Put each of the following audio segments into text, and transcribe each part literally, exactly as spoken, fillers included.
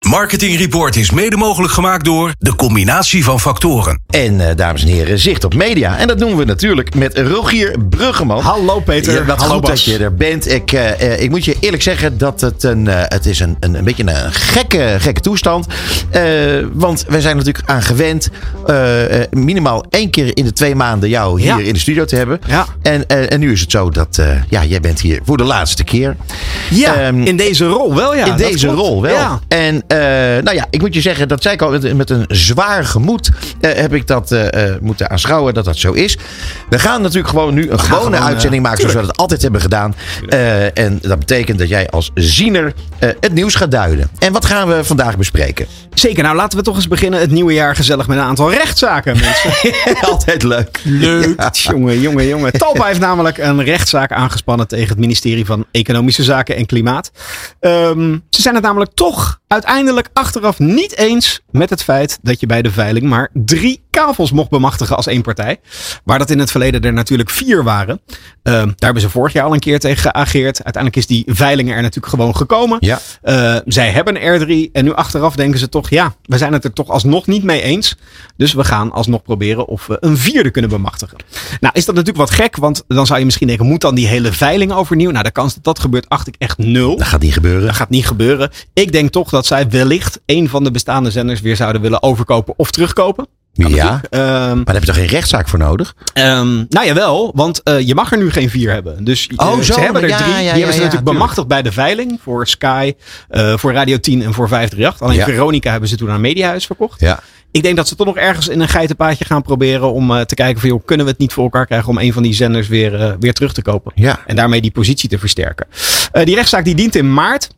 Marketing Report is mede mogelijk gemaakt door de combinatie van factoren. En uh, dames en heren, zicht op media. En dat doen we natuurlijk met Rogier Bruggeman. Hallo Peter. Ja, wat Hallo goed Bas. dat je er bent. Ik, uh, uh, ik moet je eerlijk zeggen dat het een, uh, het is een, een, een beetje een gekke, gekke toestand. Uh, want wij zijn natuurlijk aan gewend uh, uh, minimaal één keer in de twee maanden jou hier Ja. in de studio te hebben. Ja. En, uh, en nu is het zo dat uh, ja, jij bent hier voor de laatste keer. Ja, Um, in deze rol wel ja. In deze klopt. rol wel. Ja. En uh, nou ja, ik moet je zeggen, dat zei ik al, met, met een zwaar gemoed uh, heb ik dat uh, uh, moeten aanschouwen dat dat zo is. We gaan natuurlijk gewoon nu een gewone gewoon, uitzending uh, maken zoals we dat altijd hebben gedaan. Uh, en dat betekent dat jij als ziener uh, het nieuws gaat duiden. En wat gaan we vandaag bespreken? Zeker, nou laten we toch eens beginnen het nieuwe jaar gezellig met een aantal rechtszaken, mensen. Altijd leuk. Leuk. Ja. Jongen, jongen, jongen. Talpa heeft namelijk een rechtszaak aangespannen tegen het ministerie van Economische Zaken en Klimaat. Um, ze zijn het namelijk toch uiteindelijk achteraf niet eens met het feit dat je bij de veiling maar drie kavels mocht bemachtigen als één partij. Waar dat in het verleden er natuurlijk vier waren. Um, daar hebben ze vorig jaar al een keer tegen geageerd. Uiteindelijk is die veiling er natuurlijk gewoon gekomen. Ja. Uh, zij hebben er drie en nu achteraf denken ze toch, ja, we zijn het er toch alsnog niet mee eens. Dus we gaan alsnog proberen of we een vierde kunnen bemachtigen. Nou is dat natuurlijk wat gek, want dan zou je misschien denken, moet dan die hele veiling overnieuw? Nou, de kans dat dat gebeurt acht ik echt nul. Dat gaat niet gebeuren. Dat gaat niet gebeuren. Ik denk toch dat zij wellicht een van de bestaande zenders weer zouden willen overkopen of terugkopen. Ja, um, maar daar heb je toch geen rechtszaak voor nodig? Um, nou jawel, want uh, je mag er nu geen vier hebben. Dus uh, oh, zo, ze hebben er ja, drie. ja, Die ja, hebben ze ja, natuurlijk tuurlijk. bemachtigd bij de veiling. Voor Sky, uh, voor Radio tien en voor vijf drie acht. Alleen Ja. Veronica hebben ze toen aan Mediahuis verkocht. Ja. Ik denk dat ze toch nog ergens in een geitenpaadje gaan proberen om uh, te kijken van, joh, kunnen we het niet voor elkaar krijgen om een van die zenders weer, uh, weer terug te kopen. Ja. En daarmee die positie te versterken. Uh, die rechtszaak die dient in maart.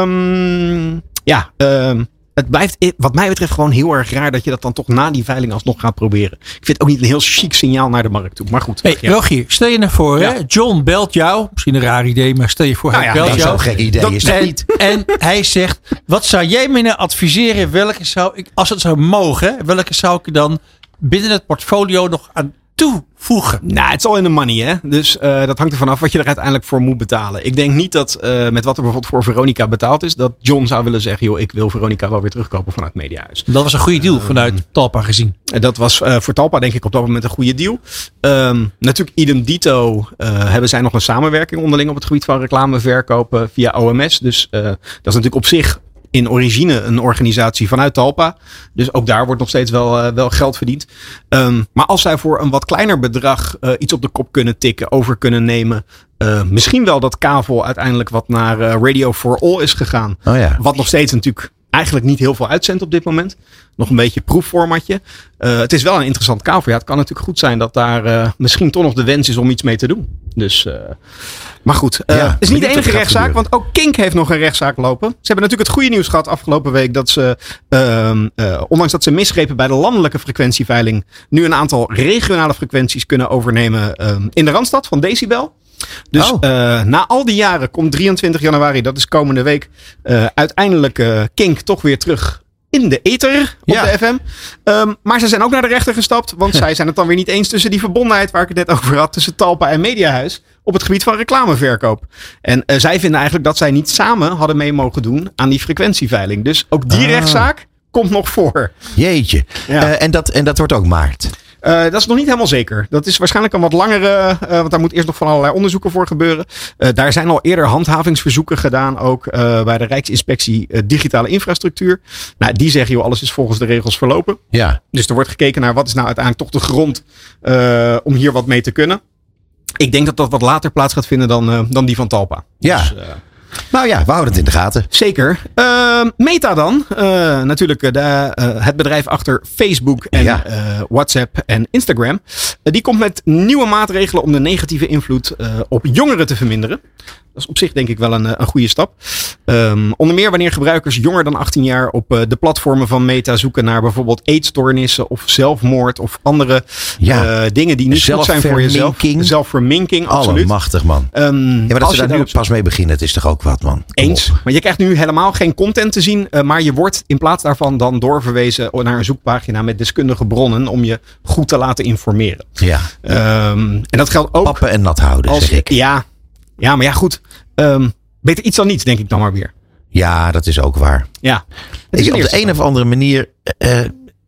Um, ja, um, het blijft wat mij betreft gewoon heel erg raar dat je dat dan toch na die veiling alsnog gaat proberen. Ik vind het ook niet een heel chic signaal naar de markt toe. Maar goed. Hey, ja. Rogier, stel je nou voor, Ja. hè? John belt jou. Misschien een raar idee, maar stel je voor, Nou hij ja, belt Nee, jou. zo'n gek idee Dat- is dat en, niet. En hij zegt, wat zou jij me nou adviseren? Welke zou ik, als het zou mogen, welke zou ik dan binnen het portfolio nog aan toevoegen? Nou, het is al in de money, hè. Dus uh, dat hangt ervan af wat je er uiteindelijk voor moet betalen. Ik denk niet dat uh, met wat er bijvoorbeeld voor Veronica betaald is, dat John zou willen zeggen, joh, ik wil Veronica wel weer terugkopen vanuit Mediahuis. Dat was een goede deal vanuit Talpa gezien. En dat was uh, voor Talpa denk ik op dat moment een goede deal. Um, natuurlijk idem dito uh, hebben zij nog een samenwerking onderling op het gebied van reclameverkopen via O M S. Dus uh, dat is natuurlijk op zich in origine een organisatie vanuit Talpa. Dus ook daar wordt nog steeds wel, uh, wel geld verdiend. Um, maar als zij voor een wat kleiner bedrag uh, iets op de kop kunnen tikken, over kunnen nemen. Uh, misschien wel dat kavel uiteindelijk wat naar uh, Radio for All is gegaan. Oh ja. Wat nog steeds natuurlijk eigenlijk niet heel veel uitzendt op dit moment. Nog een beetje proefformatje. Uh, het is wel een interessant kavel. Ja, het kan natuurlijk goed zijn dat daar uh, misschien toch nog de wens is om iets mee te doen. Dus, uh, maar goed, uh, Ja, het is niet de benieuwd wat enige er gaat rechtszaak. gebeuren. Want ook Kink heeft nog een rechtszaak lopen. Ze hebben natuurlijk het goede nieuws gehad afgelopen week. Dat ze, uh, uh, ondanks dat ze misgrepen bij de landelijke frequentieveiling, nu een aantal regionale frequenties kunnen overnemen uh, in de Randstad van Decibel. Dus Oh. uh, na al die jaren komt drieëntwintig januari, dat is komende week, uh, uiteindelijk uh, Kink toch weer terug in de ether op Ja. de F M. Um, maar ze zijn ook naar de rechter gestapt, want zij zijn het dan weer niet eens tussen die verbondenheid waar ik het net over had, tussen Talpa en Mediahuis op het gebied van reclameverkoop. En uh, zij vinden eigenlijk dat zij niet samen hadden mee mogen doen aan die frequentieveiling. Dus ook die Ah. rechtszaak komt nog voor. Jeetje. Ja. Uh, en, dat, en dat wordt ook maart. Uh, dat is nog niet helemaal zeker. Dat is waarschijnlijk een wat langere, uh, want daar moet eerst nog van allerlei onderzoeken voor gebeuren. Uh, daar zijn al eerder handhavingsverzoeken gedaan, ook uh, bij de Rijksinspectie uh, Digitale Infrastructuur. Nou, die zeggen, joh, alles is volgens de regels verlopen. Ja. Dus er wordt gekeken naar wat is nou uiteindelijk toch de grond uh, om hier wat mee te kunnen. Ik denk dat dat wat later plaats gaat vinden dan, uh, dan die van Talpa. Ja. Dus, uh, Nou ja, we houden het in de gaten. Zeker. Uh, Meta dan. Uh, natuurlijk uh, de, uh, het bedrijf achter Facebook en Ja. uh, WhatsApp en Instagram. Uh, die komt met nieuwe maatregelen om de negatieve invloed uh, op jongeren te verminderen. Dat is op zich denk ik wel een, een goede stap. Um, onder meer wanneer gebruikers jonger dan achttien jaar op uh, de platformen van Meta zoeken naar bijvoorbeeld eetstoornissen of zelfmoord of andere Ja. uh, dingen die niet goed zijn voor jezelf. Zelfverminking. Zelfverminking, absoluut. Allemachtig, man. Um, Ja, maar dat als ze je daar nu daarop- pas mee beginnen, het is toch ook wat, man. Kom Eens. op. Maar je krijgt nu helemaal geen content te zien. Uh, maar je wordt in plaats daarvan dan doorverwezen naar een zoekpagina met deskundige bronnen om je goed te laten informeren. Ja. Um, en dat geldt ook Pappen en nat houden, als zeg ik. Ja, ja, maar ja, goed. Um, beter iets dan niets, denk ik dan maar weer. Ja, dat is ook waar. Ja. Het Ik, is op een de een of andere manier uh,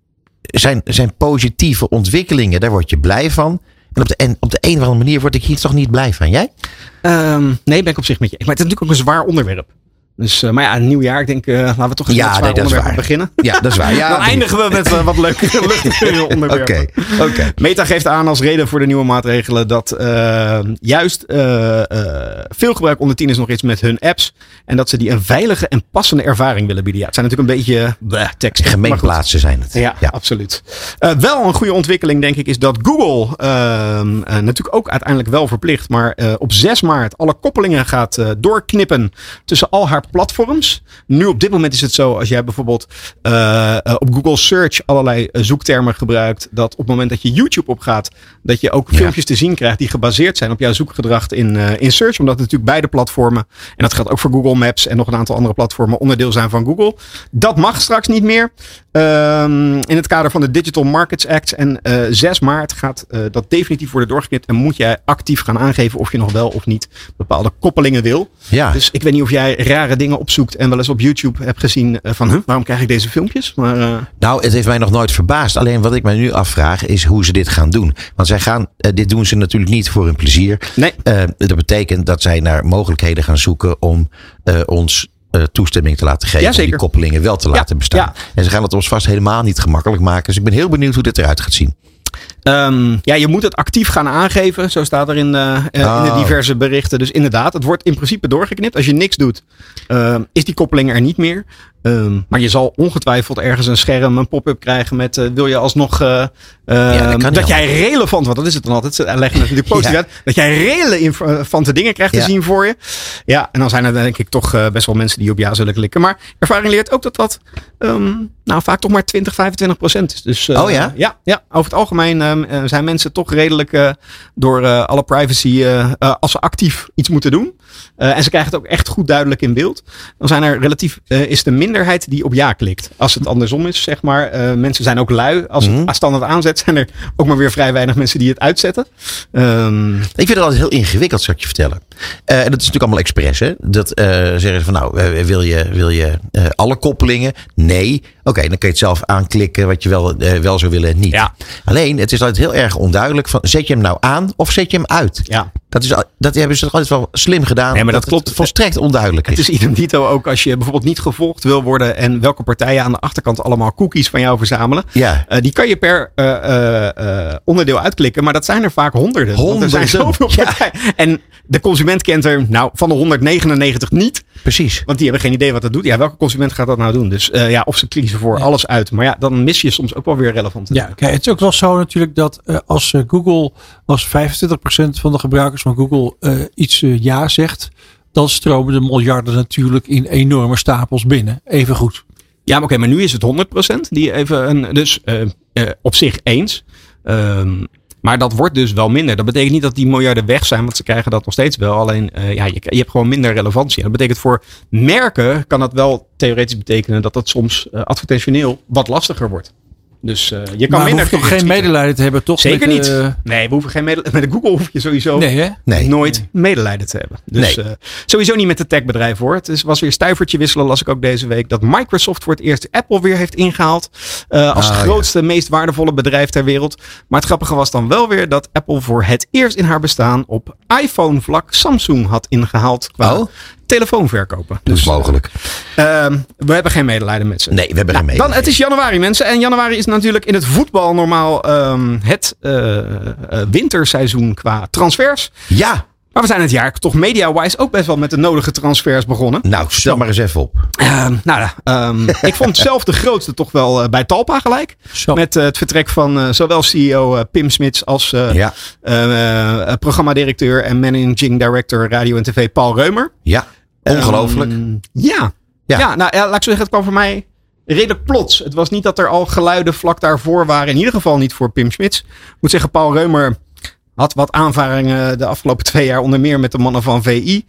zijn, zijn positieve ontwikkelingen, daar word je blij van. En op de, en op de een of andere manier word ik hier toch niet blij van. Jij? Um, nee, ben ik op zich met je. Maar het is natuurlijk ook een zwaar onderwerp. Dus, uh, maar ja, een nieuw jaar. Ik denk, uh, laten we toch eens Ja, met het zwaar nee, dat is onderwerp waar. beginnen. Ja, dat is waar. Ja, Dan eindigen we met uh, wat leuke luchtige onderwerpen. Oké, okay, okay. Meta geeft aan als reden voor de nieuwe maatregelen dat uh, juist uh, uh, veel gebruik onder tieners nog iets met hun apps. En dat ze die een veilige en passende ervaring willen bieden. Ja, het zijn natuurlijk een beetje bleh, tekst. Gemeenplaatsen zijn het. Ja, ja. absoluut. Uh, wel een goede ontwikkeling denk ik is dat Google uh, uh, natuurlijk ook uiteindelijk wel verplicht. Maar uh, op zes maart alle koppelingen gaat uh, doorknippen tussen al haar platforms. Nu op dit moment is het zo, als jij bijvoorbeeld uh, uh, op Google Search allerlei uh, zoektermen gebruikt, dat op het moment dat je YouTube opgaat, dat je ook Ja. filmpjes te zien krijgt die gebaseerd zijn op jouw zoekgedrag in, uh, in Search. Omdat natuurlijk beide platformen, en dat geldt ook voor Google Maps en nog een aantal andere platformen, onderdeel zijn van Google. Dat mag straks niet meer. Um, in het kader van de Digital Markets Act. En uh, zes maart gaat uh, dat definitief worden doorgeknipt. En moet jij actief gaan aangeven of je nog wel of niet bepaalde koppelingen wil. Ja. Dus ik weet niet of jij rare dingen opzoekt en wel eens op YouTube hebt gezien uh, van huh, waarom krijg ik deze filmpjes? Maar, uh, Nou, het heeft mij nog nooit verbaasd. Alleen wat ik mij nu afvraag is hoe ze dit gaan doen. Want zij gaan, uh, dit doen ze natuurlijk niet voor hun plezier. nee. Uh, dat betekent dat zij naar mogelijkheden gaan zoeken om uh, ons uh, toestemming te laten geven. Ja, om zeker. die koppelingen wel te Ja, laten bestaan. ja. En ze gaan het ons vast helemaal niet gemakkelijk maken. Dus ik ben heel benieuwd hoe dit eruit gaat zien. Um, ja, je moet het actief gaan aangeven. Zo staat er in, uh, uh, Oh. in de diverse berichten. Dus inderdaad, het wordt in principe doorgeknipt. Als je niks doet, uh, is die koppeling er niet meer. Um, maar je zal ongetwijfeld ergens een scherm, een pop-up krijgen met uh, wil je alsnog uh, uh, dat kan dat niet jij relevant, want dat is het dan altijd. Ze leggen het natuurlijk positief Ja. uit. Dat jij relevante dingen krijgt Ja. te zien voor je. Ja, en dan zijn er denk ik toch uh, best wel mensen die op ja zullen klikken. Maar ervaring leert ook dat dat um, nou, vaak toch maar twintig, vijfentwintig procent is. Dus, uh, Oh ja? Ja, ja, over het algemeen um, uh, zijn mensen toch redelijk uh, door uh, alle privacy, uh, uh, als ze actief iets moeten doen. Uh, en ze krijgen het ook echt goed duidelijk in beeld. Dan zijn er relatief, uh, is de minderheid die op ja klikt. Als het andersom is, zeg maar. Uh, mensen zijn ook lui. Als het Mhm. standaard aanzet, zijn er ook maar weer vrij weinig mensen die het uitzetten. Um, Ik vind het altijd heel ingewikkeld, zal ik je vertellen. Uh, en dat is natuurlijk allemaal expres. Hè? Dat uh, zeggen ze van nou, uh, wil je, wil je uh, alle koppelingen? Nee. Oké, okay, dan kun je het zelf aanklikken wat je wel, uh, wel zou willen en niet. Ja. Alleen, het is altijd heel erg onduidelijk. Van, zet je hem nou aan of zet je hem uit? ja. Dat, is, al- dat hebben ze altijd wel slim gedaan. Nee, maar dat het klopt. volstrekt onduidelijk Het is. is idem dito ook als je bijvoorbeeld niet gevolgd wil worden en welke partijen aan de achterkant allemaal cookies van jou verzamelen. Ja. Uh, die kan je per uh, uh, uh, onderdeel uitklikken, maar dat zijn er vaak honderden. Want er zijn Honderden. zoveel partijen. En de consument kent er nou van de honderdnegenennegentig niet, Precies. want die hebben geen idee wat dat doet. Ja, welke consument gaat dat nou doen? Dus uh, ja, of ze kiezen voor Ja. alles uit. Maar ja, dan mis je soms ook wel weer relevant. Ja, kijk, het is ook wel zo natuurlijk dat uh, als uh, Google, als vijfentwintig procent van de gebruikers van Google uh, iets uh, ja zegt, dan stromen de miljarden natuurlijk in enorme stapels binnen. Even goed. Ja, maar oké, maar nu is het honderd procent. Die even een, dus uh, uh, op zich eens. Um, maar dat wordt dus wel minder. Dat betekent niet dat die miljarden weg zijn, want ze krijgen dat nog steeds wel. Alleen, uh, ja, je, je hebt gewoon minder relevantie. En dat betekent voor merken, kan dat wel theoretisch betekenen dat dat soms uh, advertentioneel wat lastiger wordt. Dus uh, je kan Maar we minder. hoeven toch geen schieten. medelijden te hebben, toch? Zeker met, niet. uh, Nee, we hoeven geen medelijden. Met de Google hoef je sowieso Nee, hè? Nee. nooit medelijden te hebben. Dus Nee. uh, sowieso niet met de techbedrijven hoor. Het is, was weer stuivertje wisselen, las ik ook deze week. Dat Microsoft voor het eerst Apple weer heeft ingehaald. Uh, als Ah, grootste, meest waardevolle bedrijf ter wereld. Maar het grappige was dan wel weer dat Apple voor het eerst in haar bestaan op iPhone vlak Samsung had ingehaald qua Oh. telefoonverkopen. Dat is Dus, mogelijk. uh, we hebben geen medelijden met ze. Nee, we hebben geen Nou, medelijden. dan, het is januari mensen. En januari is natuurlijk in het voetbal normaal um, het uh, uh, winterseizoen qua transfers. Ja. Maar we zijn het jaar toch media-wise ook best wel met de nodige transfers begonnen. Nou, stel maar eens even op. Uh, nou, um, ik vond zelf de grootste toch wel uh, bij Talpa gelijk. Zo. Met uh, het vertrek van uh, zowel C E O uh, Pim Smits als uh, Ja. uh, uh, programmadirecteur en managing director radio en tv Paul Reumer. Ja. Ongelooflijk. Um, ja. Ja. Ja. nou ja, laat ik zo zeggen, het kwam voor mij redelijk plots. Het was niet dat er al geluiden vlak daarvoor waren. In ieder geval niet voor Pim Smits. Ik moet zeggen, Paul Reumer had wat aanvaringen de afgelopen twee jaar. Onder meer met de mannen van V I.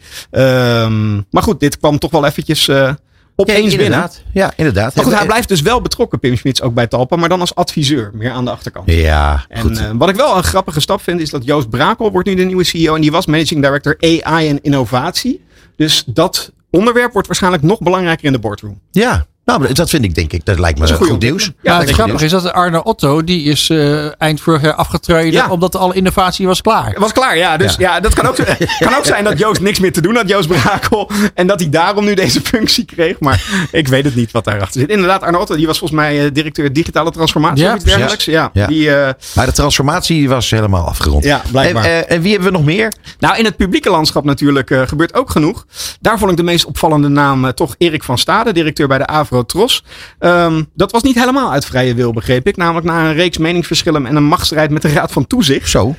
Um, maar goed, dit kwam toch wel eventjes uh, opeens ja, binnen. inderdaad. Ja, inderdaad. Maar goed, hij blijft dus wel betrokken, Pim Smits, ook bij Talpa. Maar dan als adviseur, meer aan de achterkant. Ja, En goed. uh, wat ik wel een grappige stap vind, is dat Joost Brakel wordt nu de nieuwe C E O. En die was managing director A I en innovatie. Dus dat onderwerp wordt waarschijnlijk nog belangrijker in de boardroom. Ja. Nou, dat vind ik denk ik. Dat lijkt me dat goed, goed nieuws. Ja, Ja, het grappige is dat Arno Otto, die is uh, eind vorig jaar afgetreden Ja. omdat alle innovatie was klaar. Het was klaar, ja. Dus ja, Ja. dat kan ook, kan ook zijn dat Joost niks meer te doen had, Joost Brakel. En dat hij daarom nu deze functie kreeg. Maar ik weet het niet wat daarachter zit. Inderdaad, Arno Otto, die was volgens mij uh, directeur digitale transformatie Ja, of iets dergelijks. Ja, Ja. Die, uh, Maar de transformatie was helemaal afgerond. ja, blijkbaar. En, uh, en wie hebben we nog meer? Nou, in het publieke landschap natuurlijk uh, gebeurt ook genoeg. Daar vond ik de meest opvallende naam uh, toch Erik van Stade, directeur bij de Avro-Tros. Um, dat was niet helemaal uit vrije wil, begreep ik. Namelijk na een reeks meningsverschillen en een machtsstrijd met de Raad van Toezicht. Zo.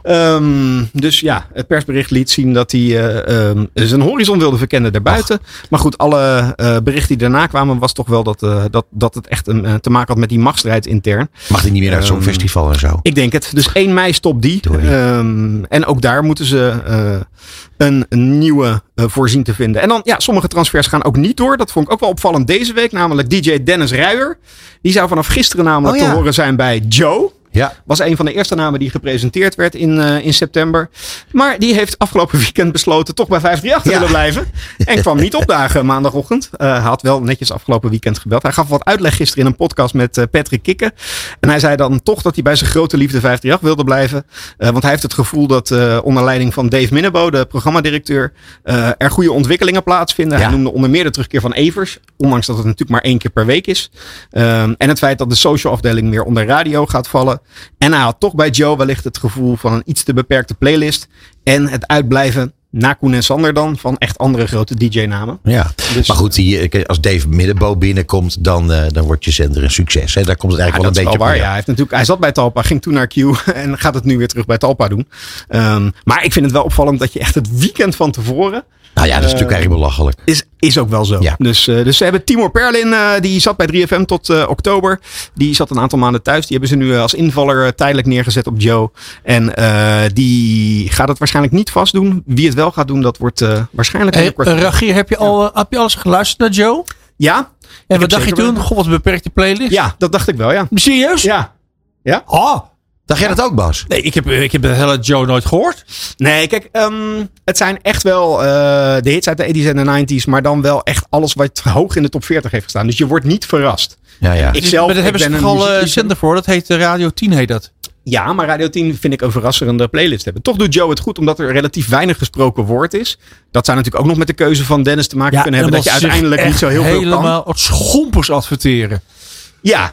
Um, dus ja, het persbericht liet zien dat hij uh, um, zijn horizon wilde verkennen daarbuiten. Ach. Maar goed, alle uh, berichten die daarna kwamen was toch wel dat, uh, dat, dat het echt een, uh, te maken had met die machtsstrijd intern. Mag hij niet meer naar zo'n Um, festival en zo? Ik denk het. Dus één mei stopt die. Um, en ook daar moeten ze uh, een, een nieuwe uh, voorzien te vinden. En dan, ja, sommige transfers gaan ook niet door. Dat vond ik ook wel opvallend deze week. Namelijk D J Dennis Ruijer. Die zou vanaf gisteren namelijk oh, ja. te horen zijn bij Joe. Ja. Was een van de eerste namen die gepresenteerd werd in, uh, in september. Maar die heeft afgelopen weekend besloten toch bij vijf drie acht te Ja. willen blijven. En kwam niet opdagen maandagochtend. Uh, hij had wel netjes afgelopen weekend gebeld. Hij gaf wat uitleg gisteren in een podcast met uh, Patrick Kikken. En hij zei dan toch dat hij bij zijn grote liefde vijf drie acht wilde blijven. Uh, want hij heeft het gevoel dat uh, onder leiding van Dave Minnebo, de programmadirecteur, uh, er goede ontwikkelingen plaatsvinden. Ja. Hij noemde onder meer de terugkeer van Evers. Ondanks dat het natuurlijk maar één keer per week is. Uh, en het feit dat de social afdeling weer onder radio gaat vallen. En hij had toch bij Joe wellicht het gevoel van een iets te beperkte playlist. En het uitblijven, na Koen en Sander dan, van echt andere grote D J-namen. Ja. Dus, Maar goed, die, als Dave Middenbo binnenkomt, dan, uh, dan wordt je zender een succes. Hè? Daar komt het ja, eigenlijk dat wel is een beetje wel waar. op Ja. neer. Hij, heeft natuurlijk, hij zat bij Talpa, ging toen naar Q en gaat het nu weer terug bij Talpa doen. Um, maar ik vind het wel opvallend dat je echt het weekend van tevoren... Nou ja, dat is natuurlijk Uh, eigenlijk belachelijk. Is, is ook wel zo. Ja. Dus, uh, dus ze hebben Timur Perlin, uh, die zat bij drie F M tot uh, oktober. Die zat een aantal maanden thuis. Die hebben ze nu uh, als invaller uh, tijdelijk neergezet op Joe. En uh, die gaat het waarschijnlijk niet vast doen. Wie het wel gaat doen, dat wordt uh, waarschijnlijk... Hey, uh, Ragier, heb je, al, uh, heb je alles geluisterd naar Joe? Ja. En wat dacht je toen? God, wat een beperkte playlist. Ja, dat dacht ik wel, ja. Serieus? Ja. Ja? Oh. Dacht jij dat ook, Bas? Nee, ik heb, ik heb de hele Joe nooit gehoord. Nee, kijk, um, het zijn echt wel uh, de hits uit de tachtiger en de negentiger, maar dan wel echt alles wat hoog in de top veertig heeft gestaan. Dus je wordt niet verrast. Ja, ja. Ik zelf, maar daar hebben ik ze ben toch een al uh, muziekliefhebber. zender voor. Dat heet uh, Radio tien, heet dat. Ja, maar Radio tien vind ik een verrassende playlist hebben. Toch doet Joe het goed, omdat er relatief weinig gesproken woord is. Dat zou natuurlijk ook nog met de keuze van Dennis te maken kunnen hebben. Dat je uiteindelijk niet zo heel veel kan. Helemaal het schompers adverteren. Ja,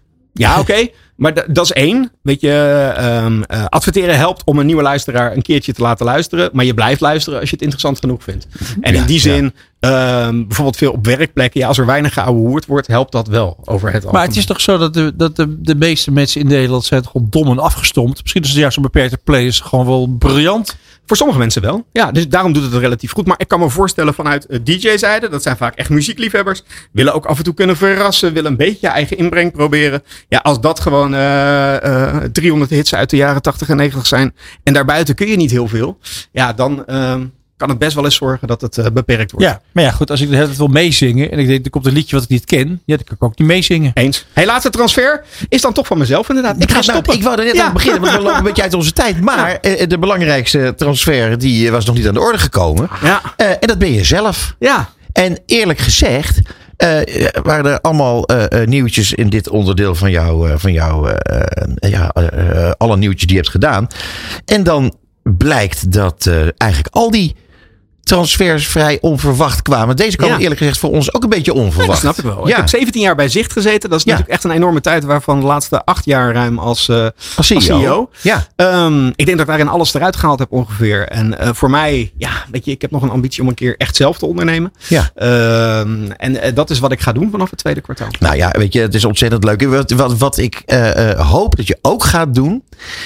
ja oké. Okay. Maar d- dat is één. Weet je, um, uh, adverteren helpt om een nieuwe luisteraar een keertje te laten luisteren. Maar je blijft luisteren als je het interessant genoeg vindt. En Ja, in die zin, ja. um, bijvoorbeeld veel op werkplekken. Ja, als er weinig geouwehoerd wordt, helpt dat wel over het algemeen. Maar het is toch zo dat de, dat de, de meeste mensen in Nederland zijn gewoon dom en afgestompt. Misschien is het juist een beperkte playlist gewoon wel briljant. Voor sommige mensen wel. Ja, dus daarom doet het het relatief goed. Maar ik kan me voorstellen vanuit D J-zijde, dat zijn vaak echt muziekliefhebbers, willen ook af en toe kunnen verrassen, willen een beetje eigen inbreng proberen. Ja, als dat gewoon uh, uh, driehonderd hits uit de jaren tachtig en negentig zijn en daarbuiten kun je niet heel veel, ja, dan uh, kan het best wel eens zorgen dat het uh, beperkt wordt. Ja, maar ja, goed, als ik de hele tijd wil meezingen en ik denk, er komt een liedje wat ik niet ken, ja, dan kan ik ook niet meezingen. Eens. Hey, laatste transfer is dan toch van mezelf inderdaad. Ik ga Nou, stoppen. ik wou er net Ja. aan beginnen, want we lopen een beetje uit onze tijd. Maar eh, de belangrijkste transfer die was nog niet aan de orde gekomen. Ja. Uh, en dat ben je zelf. Ja. En eerlijk gezegd uh, waren er allemaal uh, uh, nieuwtjes in dit onderdeel van jou, uh, van jou uh, uh, ja, uh, uh, alle nieuwtjes die je hebt gedaan. En dan blijkt dat uh, eigenlijk al die transfers vrij onverwacht kwamen. Deze kwam Ja. eerlijk gezegd voor ons ook een beetje onverwacht. Dat snap ik wel. Ja. Ik heb zeventien jaar bij Zicht gezeten. Dat is Ja. natuurlijk echt een enorme tijd, waarvan de laatste acht jaar ruim als, uh, Als C E O. als C E O. Ja. Um, ik denk dat ik daarin alles eruit gehaald heb ongeveer. En uh, voor mij, ja, weet je, ik heb nog een ambitie om een keer echt zelf te ondernemen. Ja. Um, en uh, dat is wat ik ga doen vanaf het tweede kwartaal. Nou ja, weet je, het is ontzettend leuk. Wat, wat, wat ik uh, uh, hoop dat je ook gaat doen,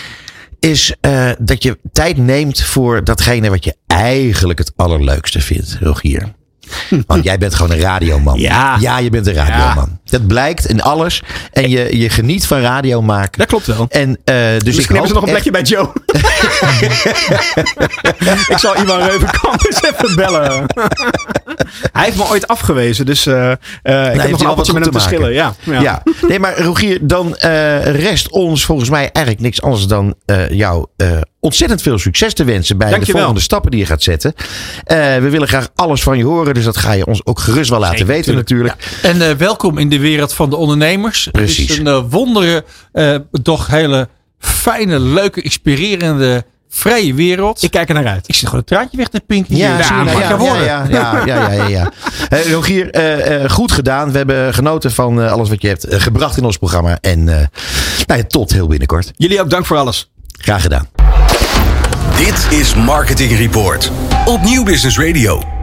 is uh, dat je tijd neemt voor datgene wat je eigenlijk het allerleukste vindt, Rogier. Want jij bent gewoon een radioman. Ja. Ja, je bent een radioman. Ja. Dat blijkt in alles. En je, je geniet van radio maken. Dat klopt wel. En, uh, dus Misschien ik hebben ze nog een echt... plekje bij Joe. Ik zal Iwan Reuvenkamp eens even bellen. Hij heeft me ooit afgewezen. Dus uh, uh, ik heb nog een appeltje met hem te schillen. Ja, ja. Ja. Nee, maar Rogier, dan uh, rest ons volgens mij eigenlijk niks anders dan uh, jou uh, ontzettend veel succes te wensen bij Dankjewel. de volgende stappen die je gaat zetten. Uh, we willen graag alles van je horen. volgen. Dus dat ga je ons ook gerust wel laten Zeker, weten natuurlijk. Ja. En uh, welkom in de wereld van de ondernemers. Precies. Het is een uh, wondere, uh, toch hele fijne, leuke, inspirerende, vrije wereld. Ik kijk er naar uit. Ik zit gewoon een traantje weg naar Pinky. Ja, Ja, zie je nou, ja, ja, ja, ja, ja, ja, ja. Uh, Rogier, uh, uh, goed gedaan. We hebben genoten van uh, alles wat je hebt uh, gebracht in ons programma. En uh, nou ja, tot heel binnenkort. Jullie ook dank voor alles. Graag gedaan. Dit is Marketing Report op Nieuw Business Radio.